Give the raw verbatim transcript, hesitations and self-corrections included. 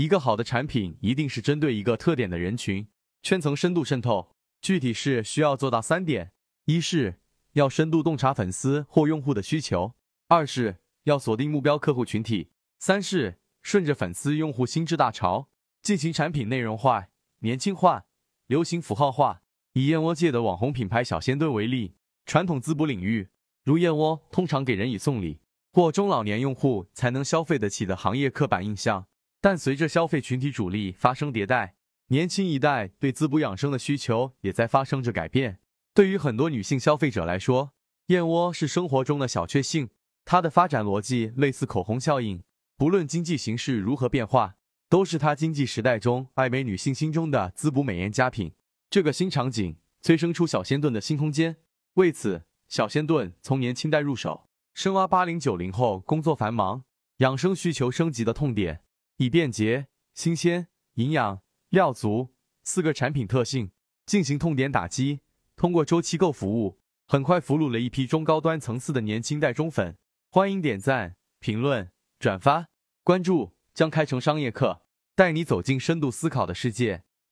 一个好的产品一定是针对一个特点的人群，圈层深度渗透。具体是需要做到三点：一是要深度洞察粉丝或用户的需求；二是要锁定目标客户群体；三是顺着粉丝用户心智大潮，进行产品内容化、年轻化、流行符号化。以燕窝界的网红品牌小仙炖为例，传统滋补领域，如燕窝通常给人以送礼或中老年用户才能消费得起的行业刻板印象。但随着消费群体主力发生迭代，年轻一代对滋补养生的需求也在发生着改变。对于很多女性消费者来说，燕窝是生活中的小确幸，它的发展逻辑类似口红效应，不论经济形势如何变化，都是它经济时代中爱美女性心中的滋补美颜佳品。这个新场景催生出小仙炖的新空间。为此，小仙炖从年轻代入手，深挖八零九零后工作繁忙、养生需求升级的痛点，以便捷、新鲜、营养、料足四个产品特性进行痛点打击。通过周期购服务，很快俘虏了一批中高端层次的年轻代中粉。欢迎点赞、评论、转发、关注，将开成商业课，带你走进深度思考的世界。